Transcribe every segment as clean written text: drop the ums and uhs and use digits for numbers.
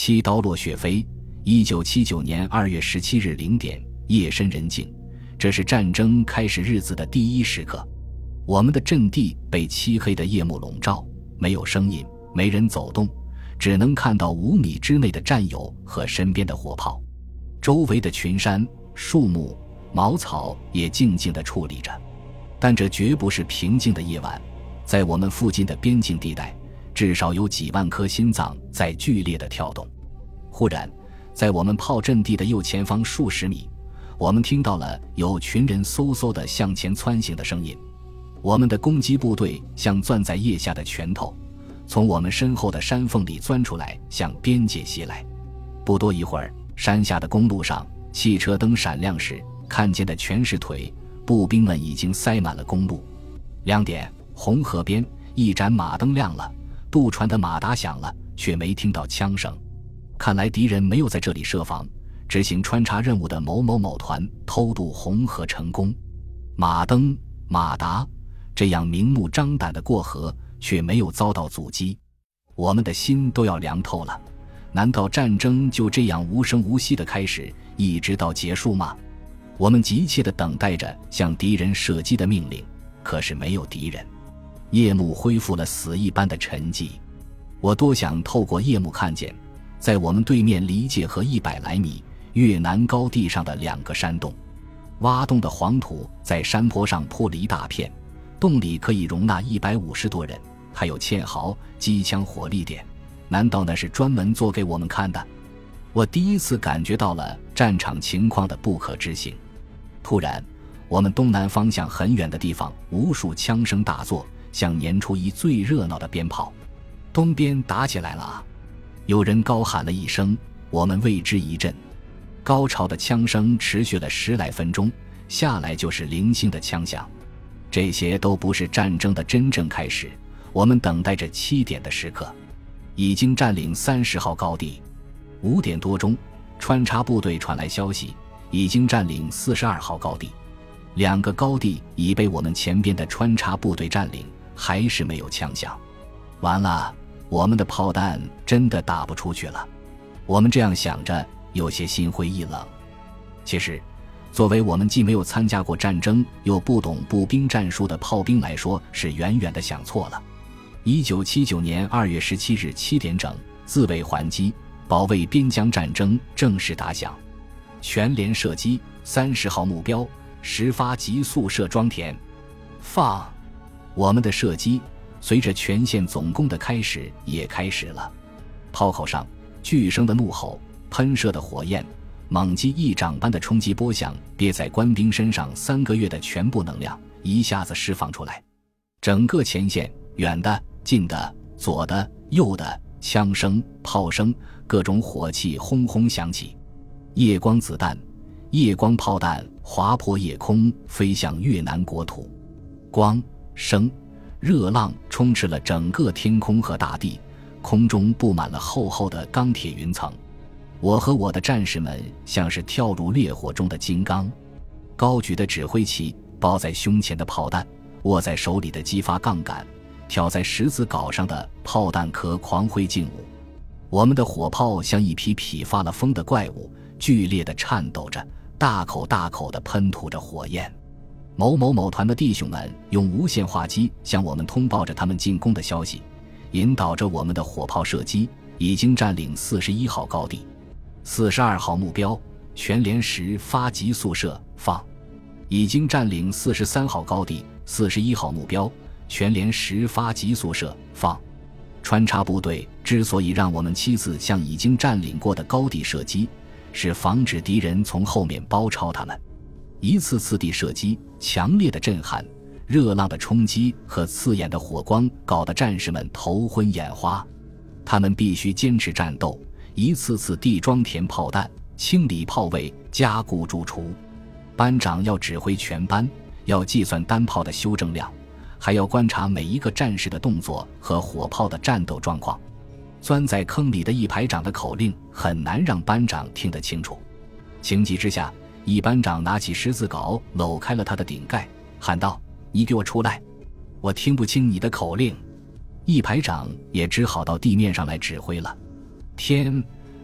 7刀落血飞。1979年2月17日0点，夜深人静，这是战争开始日子的第一时刻。我们的阵地被漆黑的夜幕笼罩，没有声音，没人走动，只能看到5米之内的战友和身边的火炮。周围的群山、树木、茅草也静静地矗立着。但这绝不是平静的夜晚，在我们附近的边境地带，至少有几万颗心脏在剧烈地跳动。忽然，在我们炮阵地的右前方数十米，我们听到了有群人嗖嗖地向前窜行的声音。我们的攻击部队像攥在腋下的拳头，从我们身后的山缝里钻出来，向边界袭来。不多一会儿，山下的公路上，汽车灯闪亮时，看见的全是腿，步兵们已经塞满了公路。2点，红河边一盏马灯亮了，渡船的马达响了，却没听到枪声。看来敌人没有在这里设防，执行穿插任务的某某某团偷渡红河成功。马灯、马达这样明目张胆的过河，却没有遭到阻击。我们的心都要凉透了。难道战争就这样无声无息地开始，一直到结束吗？我们急切地等待着向敌人射击的命令，可是没有敌人。夜幕恢复了死一般的沉寂。我多想透过夜幕看见，在我们对面离界河100来米越南高地上的2个山洞。挖洞的黄土在山坡上铺了一大片，洞里可以容纳150多人，还有堑壕、机枪火力点。难道那是专门做给我们看的？我第一次感觉到了战场情况的不可置信。突然，我们东南方向很远的地方，无数枪声大作，像年初一最热闹的鞭炮。东边打起来了啊！有人高喊了一声，我们为之一振。高潮的枪声持续了10来分钟，下来就是零星的枪响。这些都不是战争的真正开始，我们等待着7点的时刻。已经占领30号高地。5点多钟，穿插部队传来消息，已经占领42号高地。2个高地已被我们前边的穿插部队占领，还是没有枪响。完了，我们的炮弹真的打不出去了。我们这样想着，有些心灰意冷。其实，作为我们既没有参加过战争，又不懂步兵战术的炮兵来说，是远远地想错了。1979年2月17日7点整，自卫还击，保卫边疆战争正式打响。全连射击，30号目标，10发急速射装填。放！我们的射击随着全线总攻的开始也开始了。炮口上巨声的怒吼，喷射的火焰，猛击一掌般的冲击波响，憋在官兵身上3个月的全部能量一下子释放出来。整个前线，远的、近的、左的、右的，枪声、炮声，各种火器轰轰响起。夜光子弹、夜光炮弹划破夜空，飞向越南国土。光、声、热浪充斥了整个天空和大地，空中布满了厚厚的钢铁云层。我和我的战士们像是跳入烈火中的金刚，高举的指挥旗，抱在胸前的炮弹，握在手里的激发杠杆，挑在十字镐上的炮弹壳狂挥劲舞。我们的火炮像一匹匹发了疯的怪物，剧烈地颤抖着，大口大口地喷吐着火焰。某某某团的弟兄们用无线话机向我们通报着他们进攻的消息，引导着我们的火炮射击，已经占领41号高地。42号目标，全连10发急速射，放！已经占领43号高地。41号目标，全连10发急速射，放！穿插部队之所以让我们7次向已经占领过的高地射击，是防止敌人从后面包抄他们。一次次地射击，强烈的震撼、热浪的冲击和刺眼的火光搞得战士们头昏眼花。他们必须坚持战斗，一次次地装填炮弹，清理炮位，加固驻除。班长要指挥全班，要计算单炮的修正量，还要观察每一个战士的动作和火炮的战斗状况。钻在坑里的一排长的口令很难让班长听得清楚。情急之下，一班长拿起十字镐搂开了他的顶盖，喊道：“你给我出来！我听不清你的口令。”一排长也只好到地面上来指挥了。天，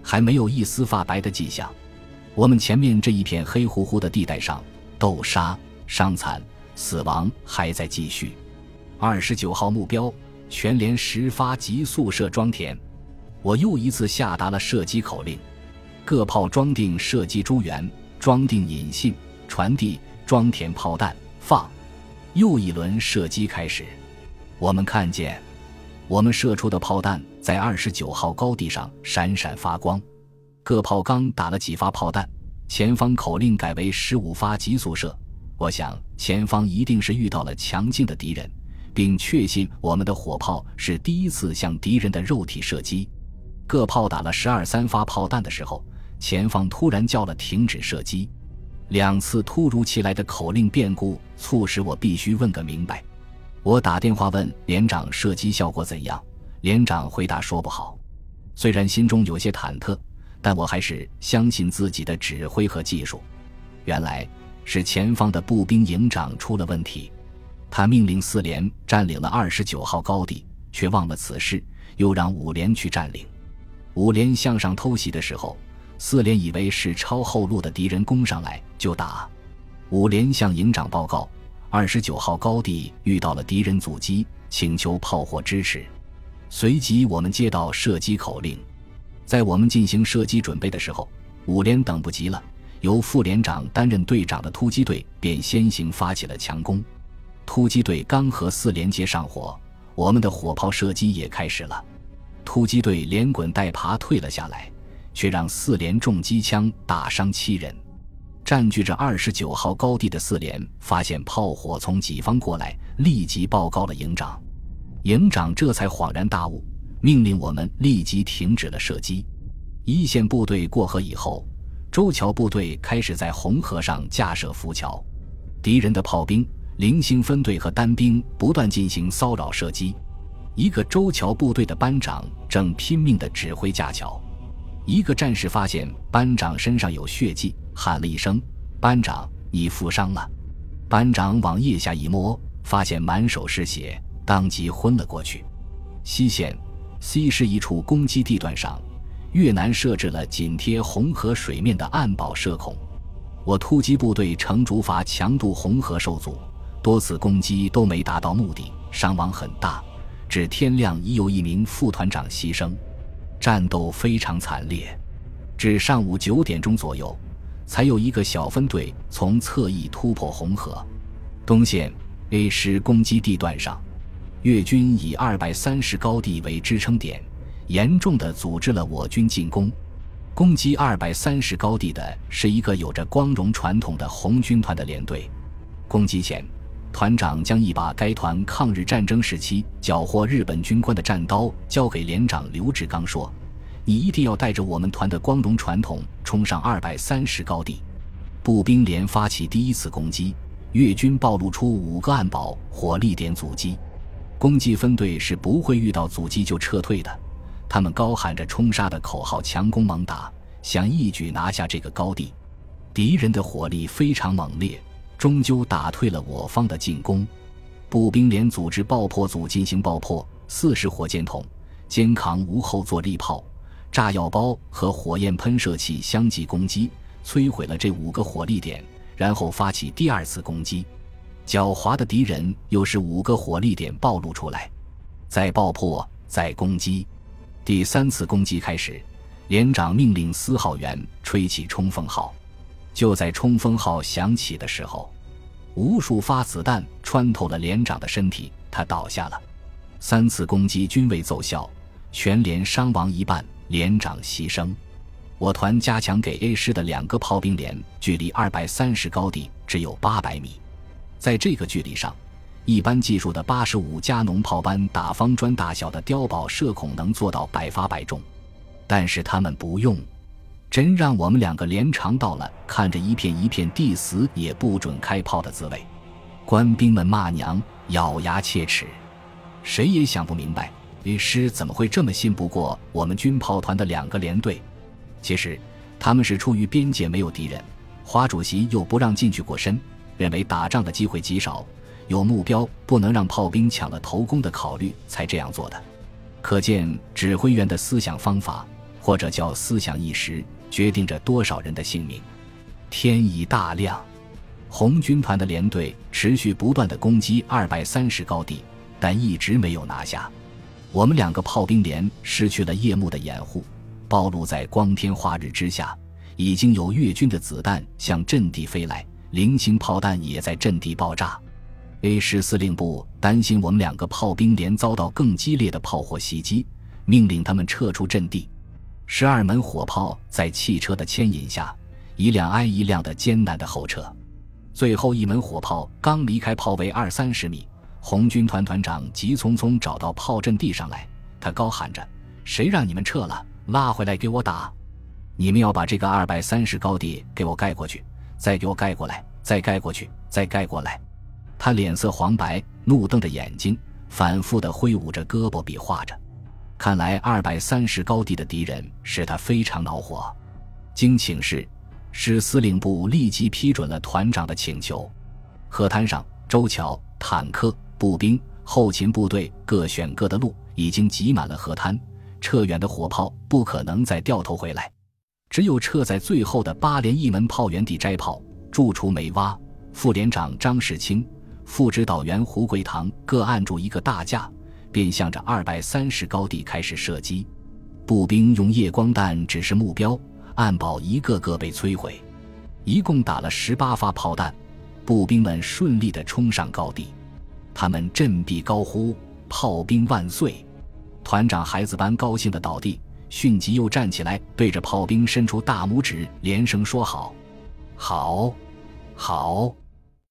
还没有一丝发白的迹象。我们前面这一片黑乎乎的地带上，斗杀、伤残、死亡还在继续。29号目标，全连10发急速射装填。我又一次下达了射击口令，各炮装定射击珠圆，装定引信，传递，装填炮弹，放。又一轮射击开始。我们看见我们射出的炮弹在29号高地上闪闪发光。各炮刚打了几发炮弹，前方口令改为15发急速射。我想前方一定是遇到了强劲的敌人，并确信我们的火炮是第一次向敌人的肉体射击。各炮打了12、3发炮弹的时候，前方突然叫了停止射击。2次突如其来的口令变故促使我必须问个明白。我打电话问连长射击效果怎样，连长回答说不好。虽然心中有些忐忑，但我还是相信自己的指挥和技术。原来是前方的步兵营长出了问题，他命令4连占领了29号高地，却忘了此事，又让5连去占领。5连向上偷袭的时候，4连以为是抄后路的敌人攻上来就打。5连向营长报告29号高地遇到了敌人阻击，请求炮火支持。随即我们接到射击口令。在我们进行射击准备的时候，5连等不及了，由副连长担任队长的突击队便先行发起了强攻。突击队刚和4连接上火，我们的火炮射击也开始了。突击队连滚带爬退了下来，却让4连重机枪打伤7人。占据着29号高地的4连发现炮火从己方过来，立即报告了营长。营长这才恍然大悟，命令我们立即停止了射击。一线部队过河以后，周桥部队开始在红河上架设浮桥。敌人的炮兵、零星分队和单兵不断进行骚扰射击。一个周桥部队的班长正拼命地指挥架桥。一个战士发现班长身上有血迹，喊了一声：“班长，你负伤了。”班长往腋下一摸，发现满手是血，当即昏了过去。西线 C 市一处攻击地段上，越南设置了紧贴红河水面的暗堡射孔。我突击部队乘竹筏强渡红河受阻，多次攻击都没达到目的，伤亡很大，至天亮已有1名副团长牺牲。战斗非常惨烈，至上午9点钟左右，才有一个小分队从侧翼突破红河。东线 A 师攻击地段上，越军以230高地为支撑点，严重地阻止了我军进攻。攻击230高地的是一个有着光荣传统的红军团的连队。攻击前，团长将一把该团抗日战争时期缴获日本军官的战刀交给连长刘志刚，说：“你一定要带着我们团的光荣传统冲上230高地。”步兵连发起第一次攻击，越军暴露出5个暗堡火力点阻击。攻击分队是不会遇到阻击就撤退的，他们高喊着冲杀的口号强攻猛打，想一举拿下这个高地。敌人的火力非常猛烈，终究打退了我方的进攻。步兵连组织爆破组进行爆破，40火箭筒、肩扛无后坐力炮、炸药包和火焰喷射器相继攻击，摧毁了这5个火力点，然后发起第2次攻击。狡猾的敌人又是5个火力点暴露出来，再爆破，再攻击。第3次攻击开始，连长命令4号员吹起冲锋号。就在冲锋号响起的时候，无数发子弹穿透了连长的身体，他倒下了。3次攻击均未奏效，全连伤亡1半，连长牺牲。我团加强给 A 师的2个炮兵连距离230高地只有800米。在这个距离上，一般技术的85加农炮班打方砖大小的碉堡射孔能做到100发100中，但是他们不用，真让我们2个连尝到了看着一片一片地死也不准开炮的滋味。官兵们骂娘，咬牙切齿，谁也想不明白 A 师怎么会这么信不过我们军炮团的2个连队。其实他们是出于边界没有敌人，华主席又不让进去过深，认为打仗的机会极少，有目标不能让炮兵抢了头功的考虑才这样做的。可见指挥员的思想方法， 或者叫思想一时，决定着多少人的性命。天已大亮，红军团的连队持续不断地攻击230高地，但一直没有拿下。我们2个炮兵连失去了夜幕的掩护，暴露在光天化日之下，已经有越军的子弹向阵地飞来，零星炮弹也在阵地爆炸。A10司令部担心我们2个炮兵连遭到更激烈的炮火袭击，命令他们撤出阵地。12门火炮在汽车的牵引下，一辆挨一辆的艰难的后撤。最后1门火炮刚离开炮位20-30米，红军团团长急匆匆找到炮阵地上来，他高喊着：谁让你们撤了，拉回来给我打！你们要把这个230高地给我盖过去，再给我盖过来，再盖过去，再盖过来。他脸色黄白，怒瞪着眼睛，反复地挥舞着胳膊比划着。看来230高地的敌人使他非常恼火。经请示，师司令部立即批准了团长的请求。河滩上，舟桥、坦克、步兵、后勤部队各选各的路，已经挤满了河滩。撤远的火炮不可能再掉头回来，只有撤在最后的8连1门炮原地摘炮。驻处梅洼、副连长张世清、副指导员胡桂堂各按住一个大架，便向着230高地开始射击。步兵用夜光弹指示目标，暗堡一个个被摧毁。一共打了18发炮弹，步兵们顺利地冲上高地。他们振臂高呼：炮兵万岁！团长孩子般高兴地倒地，迅即又站起来，对着炮兵伸出大拇指，连声说好。好，好。